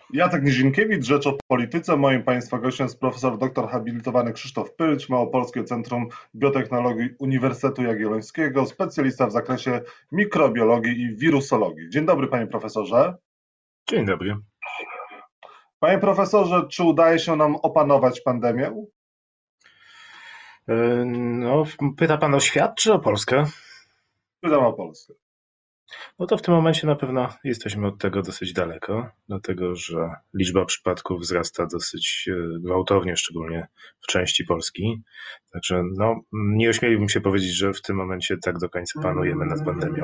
Jacek Nizinkiewicz, Rzecz o Polityce. Moim Państwa gościem jest profesor doktor habilitowany Krzysztof Pyryć, Małopolskie Centrum Biotechnologii Uniwersytetu Jagiellońskiego, specjalista w zakresie mikrobiologii i wirusologii. Dzień dobry, panie profesorze. Dzień dobry. Panie profesorze, czy udaje się nam opanować pandemię? No, pyta pan o świat czy o Polskę? Pytam o Polskę. No to w tym momencie na pewno jesteśmy od tego dosyć daleko, dlatego że liczba przypadków wzrasta dosyć gwałtownie, szczególnie w części Polski. Także no, nie ośmieliłbym się powiedzieć, że w tym momencie tak do końca panujemy nad pandemią.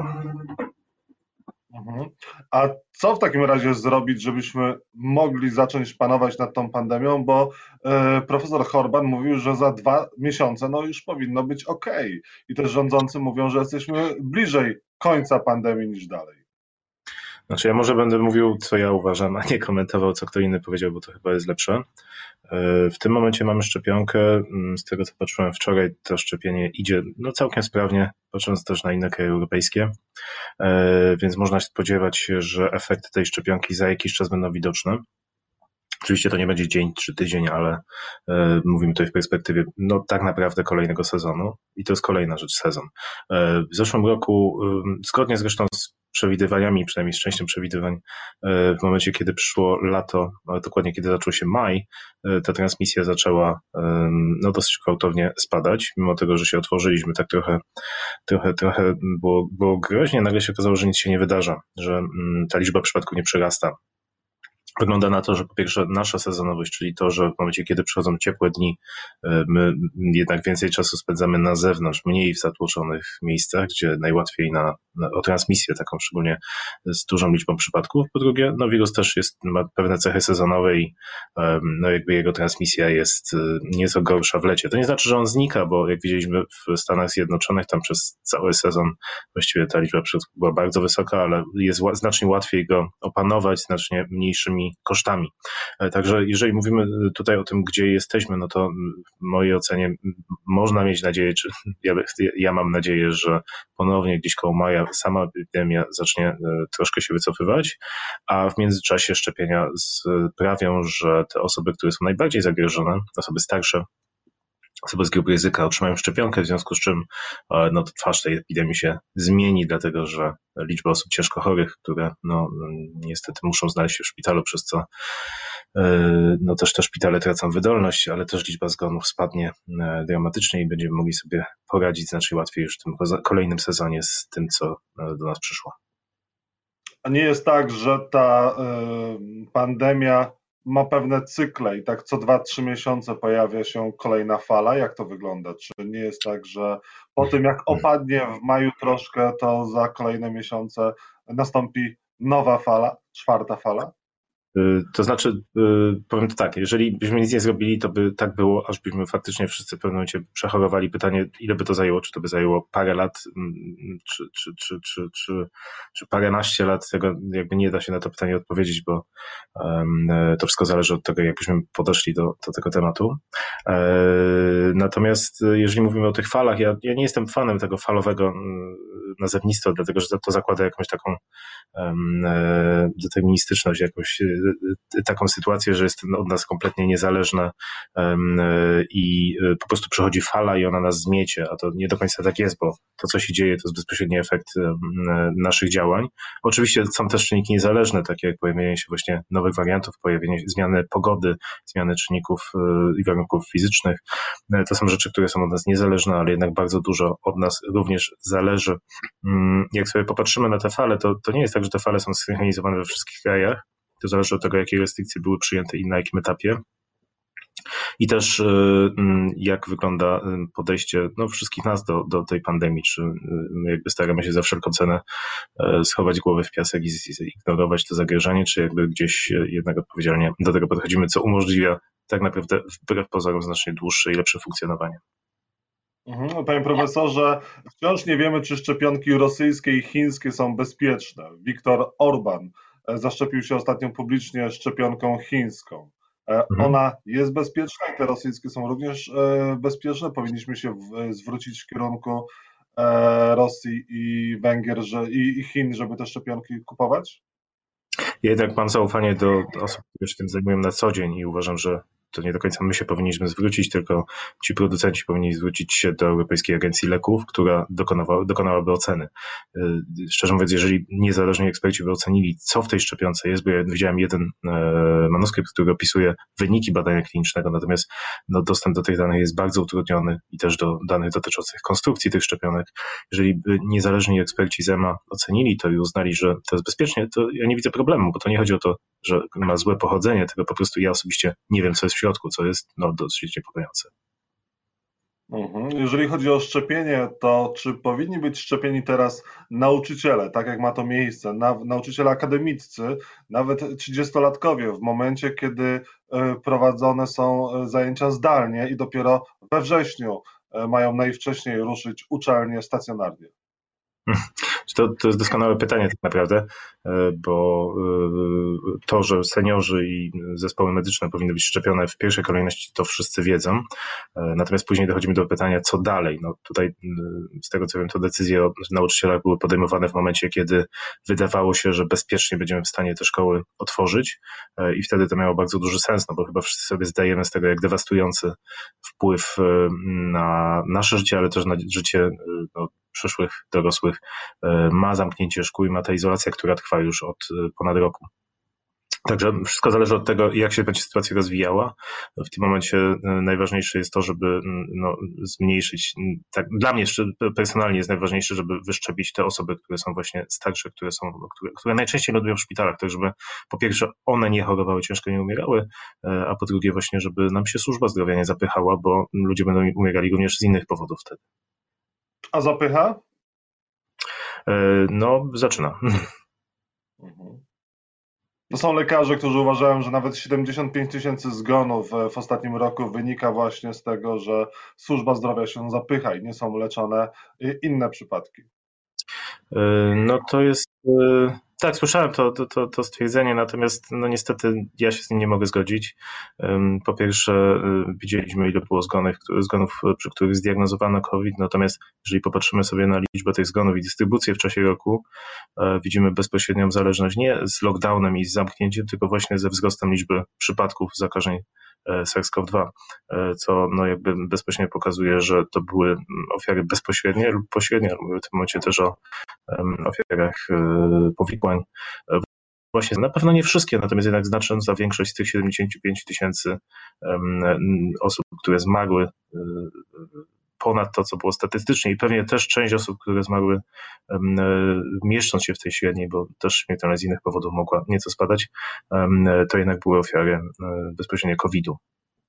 A co w takim razie zrobić, żebyśmy mogli zacząć panować nad tą pandemią, bo profesor Horban mówił, że za 2 miesiące już powinno być ok. I też rządzący mówią, że jesteśmy bliżej końca pandemii niż dalej. Znaczy ja może będę mówił, co ja uważam, a nie komentował, co kto inny powiedział, bo to chyba jest lepsze. W tym momencie mamy szczepionkę. Z tego, co patrzyłem wczoraj, to szczepienie idzie całkiem sprawnie, patrząc też na inne kraje europejskie, więc można się spodziewać się, że efekty tej szczepionki za jakiś czas będą widoczne. Oczywiście to nie będzie dzień czy tydzień, ale mówimy tutaj w perspektywie tak naprawdę kolejnego sezonu i to jest kolejna rzecz, sezon. W zeszłym roku, zgodnie zresztą z przewidywaniami, przynajmniej z częścią przewidywań, w momencie, kiedy przyszło lato, ale dokładnie kiedy zaczął się maj, ta transmisja zaczęła dosyć gwałtownie spadać, mimo tego, że się otworzyliśmy tak trochę było groźnie, nagle się okazało, że nic się nie wydarza, że ta liczba przypadków nie przerasta. Wygląda na to, że po pierwsze nasza sezonowość, czyli to, że w momencie, kiedy przychodzą ciepłe dni, my jednak więcej czasu spędzamy na zewnątrz, mniej w zatłoczonych miejscach, gdzie najłatwiej o transmisję taką, szczególnie z dużą liczbą przypadków. Po drugie, wirus też ma pewne cechy sezonowe i jakby jego transmisja jest nieco gorsza w lecie. To nie znaczy, że on znika, bo jak widzieliśmy w Stanach Zjednoczonych, tam przez cały sezon właściwie ta liczba przypadków była bardzo wysoka, ale jest znacznie łatwiej go opanować, znacznie mniejszymi kosztami. Także jeżeli mówimy tutaj o tym, gdzie jesteśmy, to w mojej ocenie można mieć nadzieję, czy ja mam nadzieję, że ponownie gdzieś koło maja sama epidemia zacznie troszkę się wycofywać, a w międzyczasie szczepienia sprawią, że te osoby, które są najbardziej zagrożone, osoby starsze, osoby z grupy ryzyka otrzymają szczepionkę, w związku z czym twarz tej epidemii się zmieni, dlatego że liczba osób ciężko chorych, które niestety muszą znaleźć się w szpitalu, przez co też te szpitale tracą wydolność, ale też liczba zgonów spadnie dramatycznie i będziemy mogli sobie poradzić znacznie łatwiej już w tym kolejnym sezonie z tym, co do nas przyszło. A nie jest tak, że ta pandemia ma pewne cykle i tak co 2-3 miesiące pojawia się kolejna fala? Jak to wygląda? Czy nie jest tak, że po tym jak opadnie w maju troszkę, to za kolejne miesiące nastąpi nowa fala, 4. fala? To znaczy, powiem to tak, jeżeli byśmy nic nie zrobili, to by tak było, aż byśmy faktycznie wszyscy w pewnym momencie przechorowali. Pytanie, ile by to zajęło? Czy to by zajęło parę lat, czy paręnaście lat? Tego jakby nie da się na to pytanie odpowiedzieć, bo to wszystko zależy od tego, jak byśmy podeszli do tego tematu. Natomiast jeżeli mówimy o tych falach, ja nie jestem fanem tego falowego nazewnictwa, dlatego że to zakłada jakąś taką deterministyczność, jakąś taką sytuację, że jest od nas kompletnie niezależna i po prostu przychodzi fala i ona nas zmiecie, a to nie do końca tak jest, bo to, co się dzieje, to jest bezpośredni efekt naszych działań. Oczywiście są też czynniki niezależne, takie jak pojawienie się właśnie nowych wariantów, zmiany pogody, zmiany czynników i warunków fizycznych. To są rzeczy, które są od nas niezależne, ale jednak bardzo dużo od nas również zależy. Jak sobie popatrzymy na te fale, to nie jest tak, że te fale są zsynchronizowane we wszystkich krajach. To zależy od tego, jakie restrykcje były przyjęte i na jakim etapie. I też jak wygląda podejście wszystkich nas do tej pandemii, czy my jakby staramy się za wszelką cenę schować głowę w piasek i zignorować to zagrożenie, czy jakby gdzieś jednak odpowiedzialnie do tego podchodzimy, co umożliwia tak naprawdę wbrew pozorom znacznie dłuższe i lepsze funkcjonowanie. Panie profesorze, wciąż nie wiemy, czy szczepionki rosyjskie i chińskie są bezpieczne. Viktor Orban zaszczepił się ostatnio publicznie szczepionką chińską. Ona jest bezpieczna i te rosyjskie są również bezpieczne. Powinniśmy się zwrócić w kierunku Rosji i Węgier i Chin, żeby te szczepionki kupować? Ja jednak mam zaufanie do osób, które się tym zajmują na co dzień i uważam, że to nie do końca my się powinniśmy zwrócić, tylko ci producenci powinni zwrócić się do Europejskiej Agencji Leków, która dokonałaby oceny. Szczerze mówiąc, jeżeli niezależni eksperci by ocenili, co w tej szczepionce jest, bo ja widziałem jeden manuskrypt, który opisuje wyniki badania klinicznego, natomiast dostęp do tych danych jest bardzo utrudniony i też do danych dotyczących konstrukcji tych szczepionek. Jeżeli by niezależni eksperci z EMA ocenili to i uznali, że to jest bezpiecznie, to ja nie widzę problemu, bo to nie chodzi o to, że ma złe pochodzenie, tylko po prostu ja osobiście nie wiem, co jest w środku, co jest dosyć niepokojące. Jeżeli chodzi o szczepienie, to czy powinni być szczepieni teraz nauczyciele, tak jak ma to miejsce, nauczyciele akademiccy, nawet 30-latkowie, w momencie, kiedy prowadzone są zajęcia zdalnie i dopiero we wrześniu mają najwcześniej ruszyć uczelnie stacjonarnie? To jest doskonałe pytanie tak naprawdę, bo to, że seniorzy i zespoły medyczne powinny być szczepione w pierwszej kolejności, to wszyscy wiedzą. Natomiast później dochodzimy do pytania, co dalej. No tutaj z tego co wiem, to decyzje o nauczycielach były podejmowane w momencie, kiedy wydawało się, że bezpiecznie będziemy w stanie te szkoły otworzyć i wtedy to miało bardzo duży sens, no bo chyba wszyscy sobie zdajemy z tego, jak dewastujący wpływ na nasze życie, ale też na życie przyszłych dorosłych ma zamknięcie szkół i ma ta izolacja, która trwa już od ponad roku. Także wszystko zależy od tego, jak się będzie sytuacja rozwijała. W tym momencie najważniejsze jest to, żeby zmniejszyć, tak, dla mnie personalnie jest najważniejsze, żeby wyszczepić te osoby, które są właśnie starsze, które najczęściej lądują w szpitalach, tak żeby po pierwsze one nie chorowały, ciężko nie umierały, a po drugie właśnie, żeby nam się służba zdrowia nie zapychała, bo ludzie będą umierali również z innych powodów wtedy. A zapycha? No, zaczyna. To są lekarze, którzy uważają, że nawet 75 000 zgonów w ostatnim roku wynika właśnie z tego, że służba zdrowia się zapycha i nie są leczone inne przypadki. No to jest... Tak, słyszałem to stwierdzenie, natomiast no niestety ja się z nim nie mogę zgodzić. Po pierwsze widzieliśmy, ile było zgonów, przy których zdiagnozowano COVID, natomiast jeżeli popatrzymy sobie na liczbę tych zgonów i dystrybucję w czasie roku, widzimy bezpośrednią zależność nie z lockdownem i z zamknięciem, tylko właśnie ze wzrostem liczby przypadków zakażeń SARS-CoV-2, co no jakby bezpośrednio pokazuje, że to były ofiary bezpośrednie lub pośrednie, ale mówię w tym momencie też o ofiarach powikłań. Właśnie, na pewno nie wszystkie, natomiast jednak znacząca większość z tych 75 000 osób, które zmarły, ponad to, co było statystycznie i pewnie też część osób, które zmarły mieszcząc się w tej średniej, bo też śmiertelność z innych powodów mogła nieco spadać, to jednak były ofiary bezpośrednio COVID-u.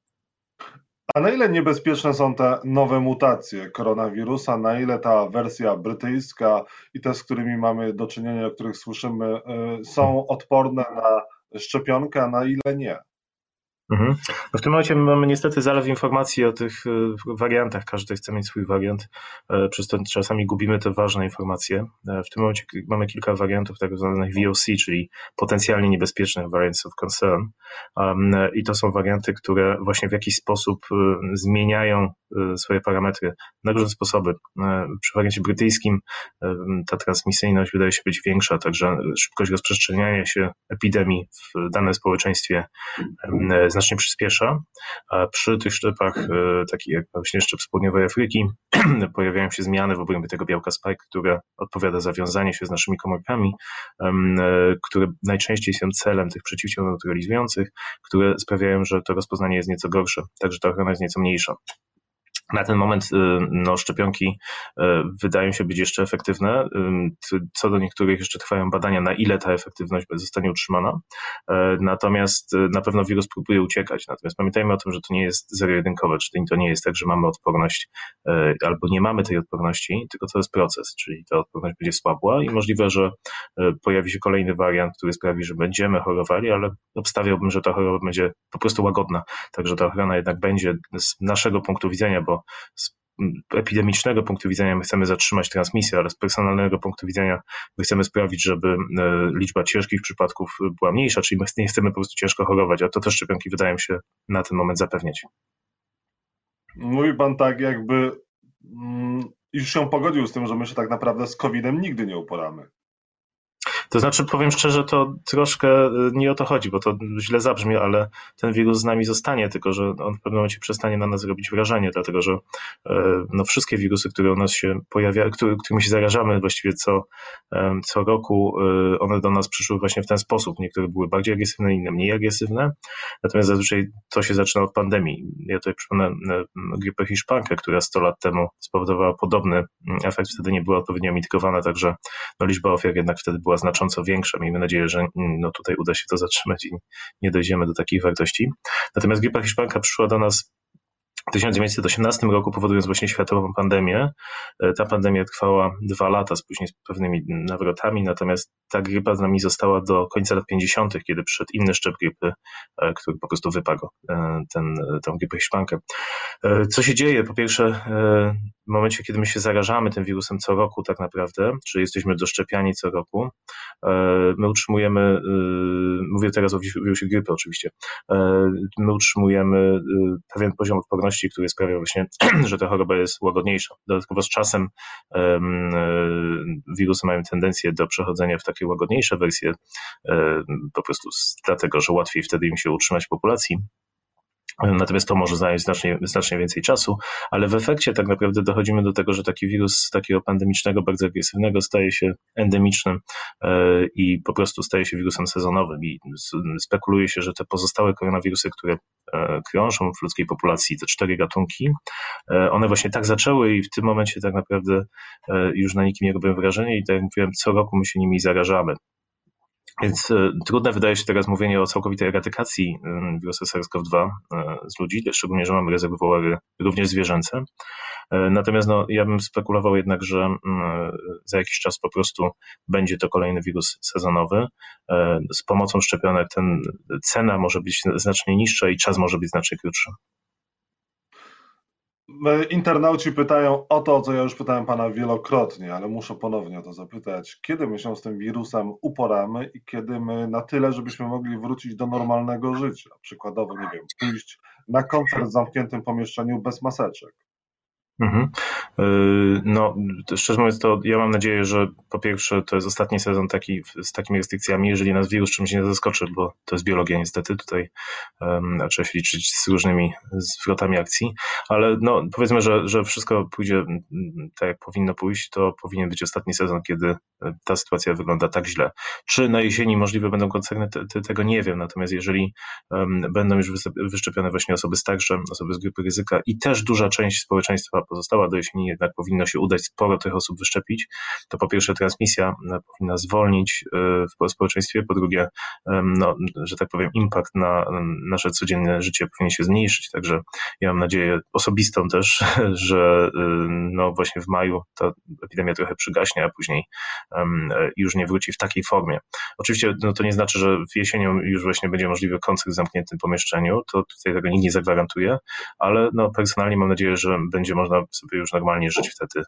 A na ile niebezpieczne są te nowe mutacje koronawirusa, na ile ta wersja brytyjska i te, z którymi mamy do czynienia, o których słyszymy, są odporne na szczepionkę, a na ile nie? No w tym momencie mamy niestety zalew informacji o tych wariantach, każdy chce mieć swój wariant, przez to czasami gubimy te ważne informacje. W tym momencie mamy kilka wariantów tak zwanych VOC, czyli potencjalnie niebezpiecznych variants of concern i to są warianty, które właśnie w jakiś sposób zmieniają swoje parametry na różne sposoby. Przy wariancie brytyjskim ta transmisyjność wydaje się być większa, także szybkość rozprzestrzeniania się epidemii w danym społeczeństwie znacznie przyspiesza. A przy tych szczepach, takich jak właśnie szczep z południowej Afryki, pojawiają się zmiany w obrębie tego białka spike, które odpowiada za wiązanie się z naszymi komórkami, które najczęściej są celem tych przeciwciał neutralizujących, które sprawiają, że to rozpoznanie jest nieco gorsze, także ta ochrona jest nieco mniejsza. Na ten moment szczepionki wydają się być jeszcze efektywne. Co do niektórych jeszcze trwają badania, na ile ta efektywność zostanie utrzymana. Natomiast na pewno wirus próbuje uciekać. Natomiast pamiętajmy o tym, że to nie jest zero-jedynkowe, czyli to nie jest tak, że mamy odporność albo nie mamy tej odporności, tylko to jest proces, czyli ta odporność będzie słabła i możliwe, że pojawi się kolejny wariant, który sprawi, że będziemy chorowali, ale obstawiałbym, że ta choroba będzie po prostu łagodna. Także ta ochrona jednak będzie z naszego punktu widzenia, bo z epidemicznego punktu widzenia my chcemy zatrzymać transmisję, ale z personalnego punktu widzenia my chcemy sprawić, żeby liczba ciężkich przypadków była mniejsza, czyli my nie chcemy po prostu ciężko chorować, a to też szczepionki wydają się na ten moment zapewniać. Mówi pan tak, jakby już się pogodził z tym, że my się tak naprawdę z COVID-em nigdy nie uporamy. To znaczy, powiem szczerze, to troszkę nie o to chodzi, bo to źle zabrzmi, ale ten wirus z nami zostanie, tylko że on w pewnym momencie przestanie na nas robić wrażenie, dlatego że no, wszystkie wirusy, które u nas się pojawiają, którymi się zarażamy właściwie co roku, one do nas przyszły właśnie w ten sposób. Niektóre były bardziej agresywne, inne mniej agresywne, natomiast zazwyczaj to się zaczyna od pandemii. Ja tutaj przypomnę grypę hiszpankę, która 100 lat temu spowodowała podobny efekt, wtedy nie była odpowiednio mitygowana, także no, liczba ofiar jednak wtedy była znacząco większa. Miejmy nadzieję, że no, tutaj uda się to zatrzymać i nie dojdziemy do takich wartości. Natomiast grypa hiszpanka przyszła do nas w 1918 roku, powodując właśnie światową pandemię. Ta pandemia trwała 2 lata, później z pewnymi nawrotami, natomiast ta grypa z nami została do końca lat 50., kiedy przyszedł inny szczep grypy, który po prostu wypagł tą grypę hiszpankę. Co się dzieje? Po pierwsze, w momencie, kiedy my się zarażamy tym wirusem co roku tak naprawdę, czy jesteśmy doszczepiani co roku, my utrzymujemy, mówię teraz o wirusie grypy oczywiście, my utrzymujemy pewien poziom odporności, który sprawia właśnie, że ta choroba jest łagodniejsza. Dodatkowo z czasem wirusy mają tendencję do przechodzenia w takie łagodniejsze wersje, po prostu dlatego, że łatwiej wtedy im się utrzymać w populacji. Natomiast to może zająć znacznie więcej czasu, ale w efekcie tak naprawdę dochodzimy do tego, że taki wirus takiego pandemicznego, bardzo agresywnego staje się endemicznym i po prostu staje się wirusem sezonowym i spekuluje się, że te pozostałe koronawirusy, które krążą w ludzkiej populacji, te 4 gatunki, one właśnie tak zaczęły i w tym momencie tak naprawdę już na nikim nie robią wrażenia i tak jak mówiłem, co roku my się nimi zarażamy. Więc trudne wydaje się teraz mówienie o całkowitej eradykacji wirusa SARS-CoV-2 z ludzi, szczególnie, że mamy rezerwuary również zwierzęce. Natomiast no, ja bym spekulował jednak, że za jakiś czas po prostu będzie to kolejny wirus sezonowy. Z pomocą szczepionek cena może być znacznie niższa i czas może być znacznie krótszy. Internauci pytają o to, o co ja już pytałem pana wielokrotnie, ale muszę ponownie o to zapytać. Kiedy my się z tym wirusem uporamy i kiedy my na tyle, żebyśmy mogli wrócić do normalnego życia? Przykładowo, nie wiem, pójść na koncert w zamkniętym pomieszczeniu bez maseczek. Mhm. No, szczerze mówiąc, to ja mam nadzieję, że po pierwsze to jest ostatni sezon taki z takimi restrykcjami, jeżeli nas wirus czymś nie zaskoczy, bo to jest biologia niestety, tutaj trzeba się liczyć z różnymi zwrotami akcji, ale no, powiedzmy, że wszystko pójdzie tak jak powinno pójść, to powinien być ostatni sezon, kiedy ta sytuacja wygląda tak źle. Czy na jesieni możliwe będą koncerny, tego nie wiem, natomiast jeżeli będą już wyszczepione właśnie osoby starsze, osoby z grupy ryzyka i też duża część społeczeństwa pozostała do jesieni, jednak powinno się udać sporo tych osób wyszczepić, to po pierwsze transmisja powinna zwolnić w społeczeństwie, po drugie, no, że tak powiem, impact na nasze codzienne życie powinien się zmniejszyć, także ja mam nadzieję osobistą też, że no właśnie w maju ta epidemia trochę przygaśnie, a później już nie wróci w takiej formie. Oczywiście no, to nie znaczy, że w jesienią już właśnie będzie możliwy koncert w zamkniętym pomieszczeniu, to tutaj tego nikt nie zagwarantuje, ale no, personalnie mam nadzieję, że będzie można sobie już normalnie żyć wtedy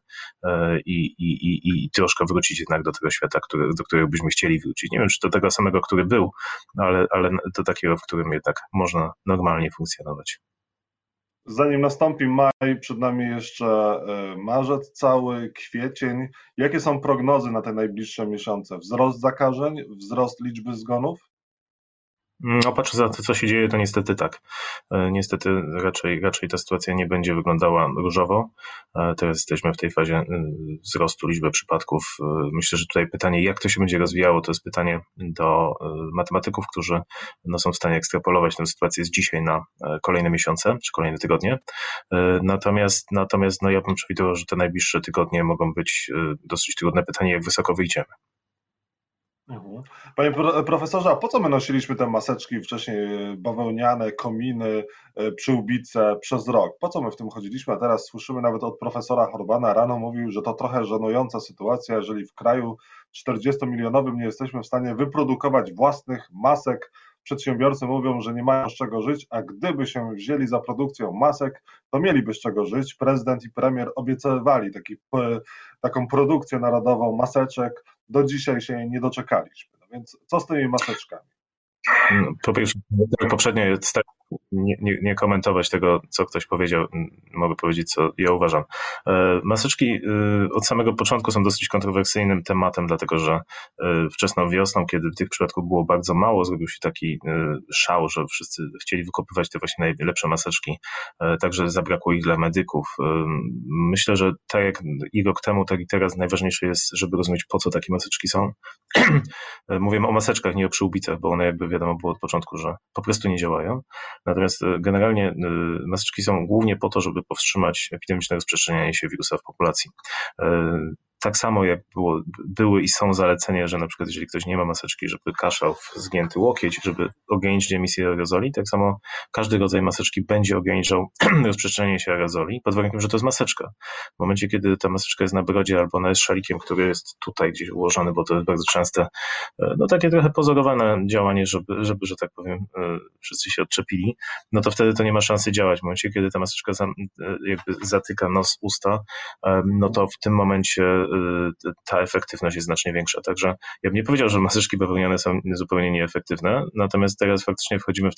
i troszkę wrócić jednak do tego świata, do którego byśmy chcieli wrócić. Nie wiem, czy do tego samego, który był, ale do takiego, w którym jednak można normalnie funkcjonować. Zanim nastąpi maj, przed nami jeszcze marzec cały, kwiecień. Jakie są prognozy na te najbliższe miesiące? Wzrost zakażeń, wzrost liczby zgonów? No patrzę za to, co się dzieje, to niestety tak. Niestety raczej ta sytuacja nie będzie wyglądała różowo. Teraz jesteśmy w tej fazie wzrostu liczby przypadków. Myślę, że tutaj pytanie, jak to się będzie rozwijało, to jest pytanie do matematyków, którzy no, są w stanie ekstrapolować tę sytuację z dzisiaj na kolejne miesiące, czy kolejne tygodnie. Natomiast no, ja bym przewidywał, że te najbliższe tygodnie mogą być dosyć trudne. Pytanie, jak wysoko wyjdziemy. Panie profesorze, a po co my nosiliśmy te maseczki wcześniej bawełniane, kominy, przyłbice przez rok? Po co my w tym chodziliśmy? A teraz słyszymy nawet od profesora Horbana, rano mówił, że to trochę żenująca sytuacja, jeżeli w kraju 40-milionowym nie jesteśmy w stanie wyprodukować własnych masek. Przedsiębiorcy mówią, że nie mają z czego żyć, a gdyby się wzięli za produkcją masek, to mieliby z czego żyć. Prezydent i premier obiecywali taką produkcję narodową maseczek. Do dzisiaj się nie doczekaliśmy. No więc co z tymi maseczkami? Po pierwsze, poprzednio nie komentować tego, co ktoś powiedział. Mogę powiedzieć, co ja uważam. Maseczki od samego początku są dosyć kontrowersyjnym tematem, dlatego że wczesną wiosną, kiedy tych przypadków było bardzo mało, zrobił się taki szał, że wszyscy chcieli wykopywać te właśnie najlepsze maseczki. Także zabrakło ich dla medyków. Myślę, że tak jak i rok temu, tak i teraz najważniejsze jest, żeby rozumieć, po co takie maseczki są. Mówimy o maseczkach, nie o przyłbicach, bo one jakby wiadomo było od początku, że po prostu nie działają. Natomiast generalnie maseczki są głównie po to, żeby powstrzymać epidemiczne rozprzestrzenianie się wirusa w populacji. Tak samo jak były i są zalecenia, że na przykład jeżeli ktoś nie ma maseczki, żeby kaszał w zgięty łokieć, żeby ograniczyć emisję aerozoli, tak samo każdy rodzaj maseczki będzie ograniczał rozprzestrzenianie się aerozoli, pod warunkiem, że to jest maseczka. W momencie, kiedy ta maseczka jest na brodzie albo ona jest szalikiem, który jest tutaj gdzieś ułożony, bo to jest bardzo częste, no takie trochę pozorowane działanie, żeby że tak powiem, wszyscy się odczepili, no to wtedy to nie ma szansy działać. W momencie, kiedy ta maseczka jakby zatyka nos, usta, no to w tym momencie ta efektywność jest znacznie większa. Także ja bym nie powiedział, że maseczki bawełniane są zupełnie nieefektywne, natomiast teraz faktycznie wchodzimy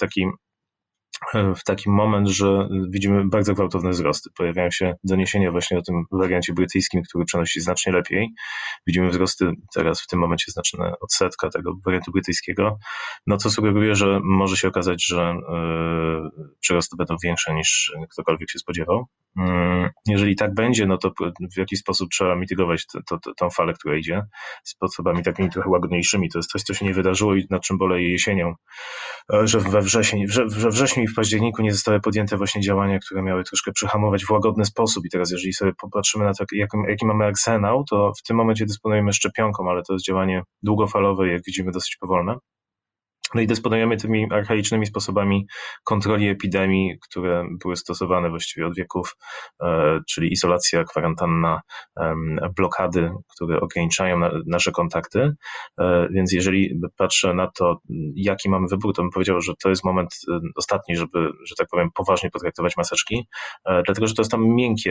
w taki moment, że widzimy bardzo gwałtowne wzrosty. Pojawiają się doniesienia właśnie o tym wariancie brytyjskim, który przenosi znacznie lepiej. Widzimy wzrosty teraz w tym momencie znaczne odsetka tego wariantu brytyjskiego, no co sugeruje, że może się okazać, że przyrosty będą większe niż ktokolwiek się spodziewał. Jeżeli tak będzie, no to w jakiś sposób trzeba mitygować tą falę, która idzie, sposobami takimi trochę łagodniejszymi. To jest coś, co się nie wydarzyło i nad czym boleję jesienią, że we wrześniu i w październiku nie zostały podjęte właśnie działania, które miały troszkę przyhamować w łagodny sposób. I teraz jeżeli sobie popatrzymy na to, jaki mamy arsenał, to w tym momencie dysponujemy szczepionką, ale to jest działanie długofalowe i jak widzimy dosyć powolne. No i dysponujemy tymi archaicznymi sposobami kontroli epidemii, które były stosowane właściwie od wieków, czyli izolacja, kwarantanna, blokady, które ograniczają nasze kontakty. Więc jeżeli patrzę na to, jaki mamy wybór, to bym powiedział, że to jest moment ostatni, żeby, że tak powiem, poważnie potraktować maseczki, dlatego że to jest tam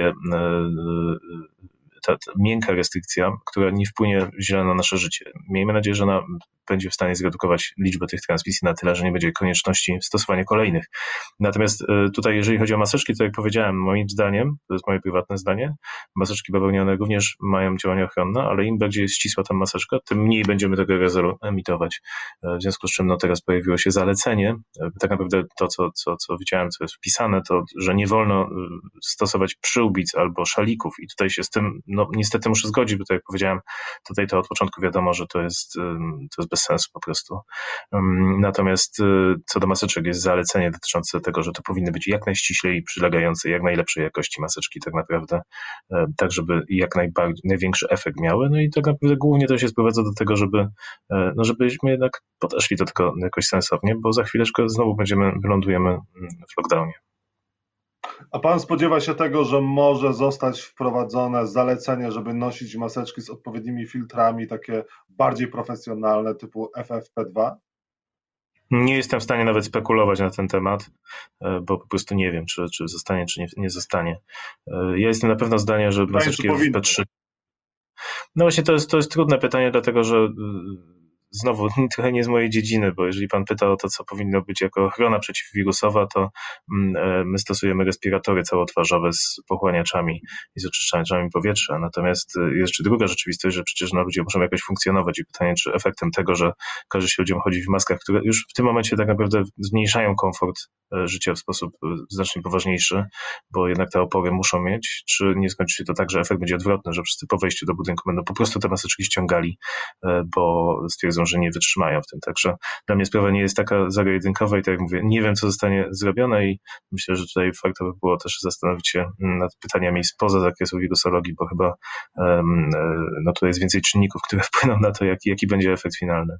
ta miękka restrykcja, która nie wpłynie źle na nasze życie. Miejmy nadzieję, że ona będzie w stanie zredukować liczbę tych transmisji na tyle, że nie będzie konieczności stosowania kolejnych. Natomiast tutaj, jeżeli chodzi o maseczki, to jak powiedziałem, moim zdaniem, to jest moje prywatne zdanie, maseczki bawełniane również mają działania ochronne, ale im bardziej jest ścisła ta maseczka, tym mniej będziemy tego aerozolu emitować. W związku z czym no, teraz pojawiło się zalecenie. Tak naprawdę to, co widziałem, co jest wpisane, to, że nie wolno stosować przyłbic albo szalików i tutaj się z tym, no niestety muszę zgodzić, bo tak jak powiedziałem, tutaj to od początku wiadomo, że to jest bez sensu po prostu. Natomiast co do maseczek jest zalecenie dotyczące tego, że to powinny być jak najściślej przylegające, jak najlepszej jakości maseczki tak naprawdę, tak żeby jak największy efekt miały. No i tak naprawdę głównie to się sprowadza do tego, żebyśmy jednak podeszli do tego jakoś sensownie, bo za chwileczkę znowu wylądujemy w lockdownie. A pan spodziewa się tego, że może zostać wprowadzone zalecenie, żeby nosić maseczki z odpowiednimi filtrami, takie bardziej profesjonalne, typu FFP2? Nie jestem w stanie nawet spekulować na ten temat, bo po prostu nie wiem, czy zostanie, czy nie zostanie. Ja jestem na pewno zdania, że maseczki FFP3... No właśnie to jest trudne pytanie, dlatego że znowu trochę nie z mojej dziedziny, bo jeżeli pan pyta o to, co powinno być jako ochrona przeciwwirusowa, to my stosujemy respiratory całotwarzowe z pochłaniaczami i z oczyszczaczami powietrza. Natomiast jest jeszcze druga rzeczywistość, że przecież ludzie muszą jakoś funkcjonować i pytanie, czy efektem tego, że każe się ludziom chodzić w maskach, które już w tym momencie tak naprawdę zmniejszają komfort życia w sposób znacznie poważniejszy, bo jednak te opory muszą mieć, czy nie skończy się to tak, że efekt będzie odwrotny, że wszyscy po wejściu do budynku będą po prostu te maseczki ściągali, bo stwierdzą, że nie wytrzymają w tym. Także dla mnie sprawa nie jest taka zero-jedynkowa i tak jak mówię, nie wiem, co zostanie zrobione i myślę, że tutaj warto by było też zastanowić się nad pytaniami spoza zakresu wirusologii, bo chyba no tutaj jest więcej czynników, które wpłyną na to, jaki będzie efekt finalny.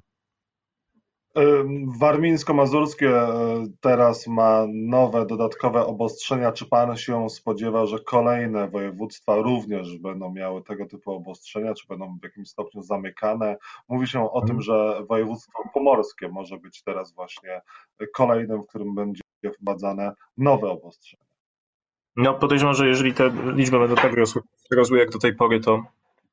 Warmińsko-Mazurskie teraz ma nowe, dodatkowe obostrzenia. Czy pan się spodziewa, że kolejne województwa również będą miały tego typu obostrzenia, czy będą w jakimś stopniu zamykane? Mówi się o tym, że województwo pomorskie może być teraz właśnie kolejnym, w którym będzie wprowadzane nowe obostrzenia. No podejrzewam, że jeżeli te liczby będą tak rosły jak do tej pory, to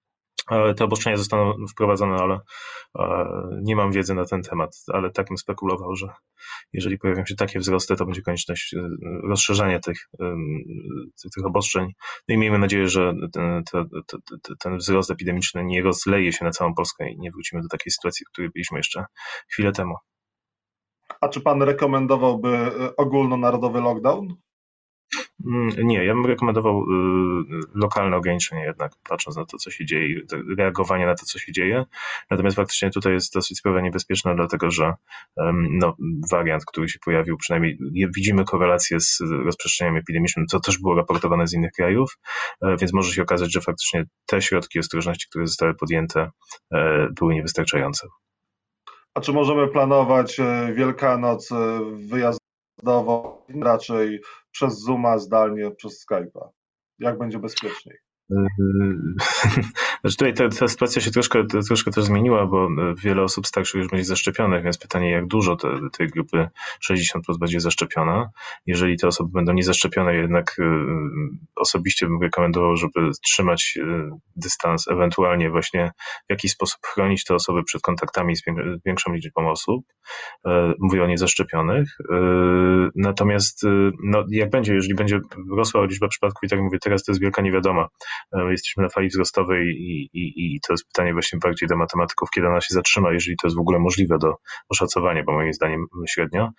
te obostrzenia zostaną wprowadzone, ale nie mam wiedzy na ten temat, ale tak bym spekulował, że jeżeli pojawią się takie wzrosty, to będzie konieczność rozszerzania tych obostrzeń. No i miejmy nadzieję, że ten wzrost epidemiczny nie rozleje się na całą Polskę i nie wrócimy do takiej sytuacji, w której byliśmy jeszcze chwilę temu. A czy pan rekomendowałby ogólnonarodowy lockdown? Nie, ja bym rekomendował lokalne ograniczenie jednak, patrząc na to, co się dzieje, reagowanie na to, co się dzieje. Natomiast faktycznie tutaj jest dosyć sprawa niebezpieczna, dlatego że wariant, który się pojawił, przynajmniej widzimy korelację z rozprzestrzenianiem epidemicznym, co też było raportowane z innych krajów, więc może się okazać, że faktycznie te środki ostrożności, które zostały podjęte, były niewystarczające. A czy możemy planować Wielkanoc wyjazdową raczej przez Zooma, zdalnie, przez Skype'a? Jak będzie bezpieczniej? Znaczy tutaj ta sytuacja się troszkę też zmieniła, bo wiele osób starszych już będzie zaszczepionych, więc pytanie, jak dużo tej grupy 60+ będzie zaszczepiona. Jeżeli te osoby będą niezaszczepione, jednak osobiście bym rekomendował, żeby trzymać dystans, ewentualnie właśnie w jakiś sposób chronić te osoby przed kontaktami z większą liczbą osób. Mówię o niezaszczepionych. Natomiast no, jak będzie, jeżeli będzie rosła liczba przypadków, i tak mówię, teraz to jest wielka niewiadoma. Jesteśmy na fali wzrostowej i to jest pytanie właśnie bardziej do matematyków, kiedy ona się zatrzyma, jeżeli to jest w ogóle możliwe do oszacowania, bo moim zdaniem średnio.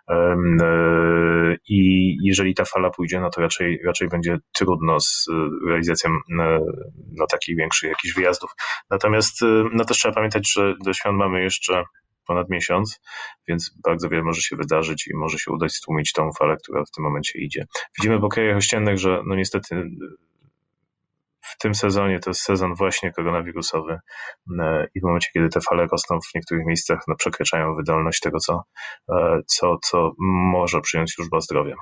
I jeżeli ta fala pójdzie, no to raczej będzie trudno z realizacją takich większych jakichś wyjazdów. Natomiast no też trzeba pamiętać, że do świąt mamy jeszcze ponad miesiąc, więc bardzo wiele może się wydarzyć i może się udać stłumić tą falę, która w tym momencie idzie. Widzimy po krajach ościennych, że no niestety w tym sezonie to jest sezon właśnie koronawirusowy i w momencie, kiedy te fale rosną w niektórych miejscach, no przekraczają wydolność tego, co może przyjąć służba zdrowia.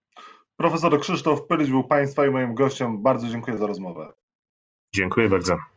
Profesor Krzysztof Pyryś był Państwa i moim gościem. Bardzo dziękuję za rozmowę. Dziękuję bardzo.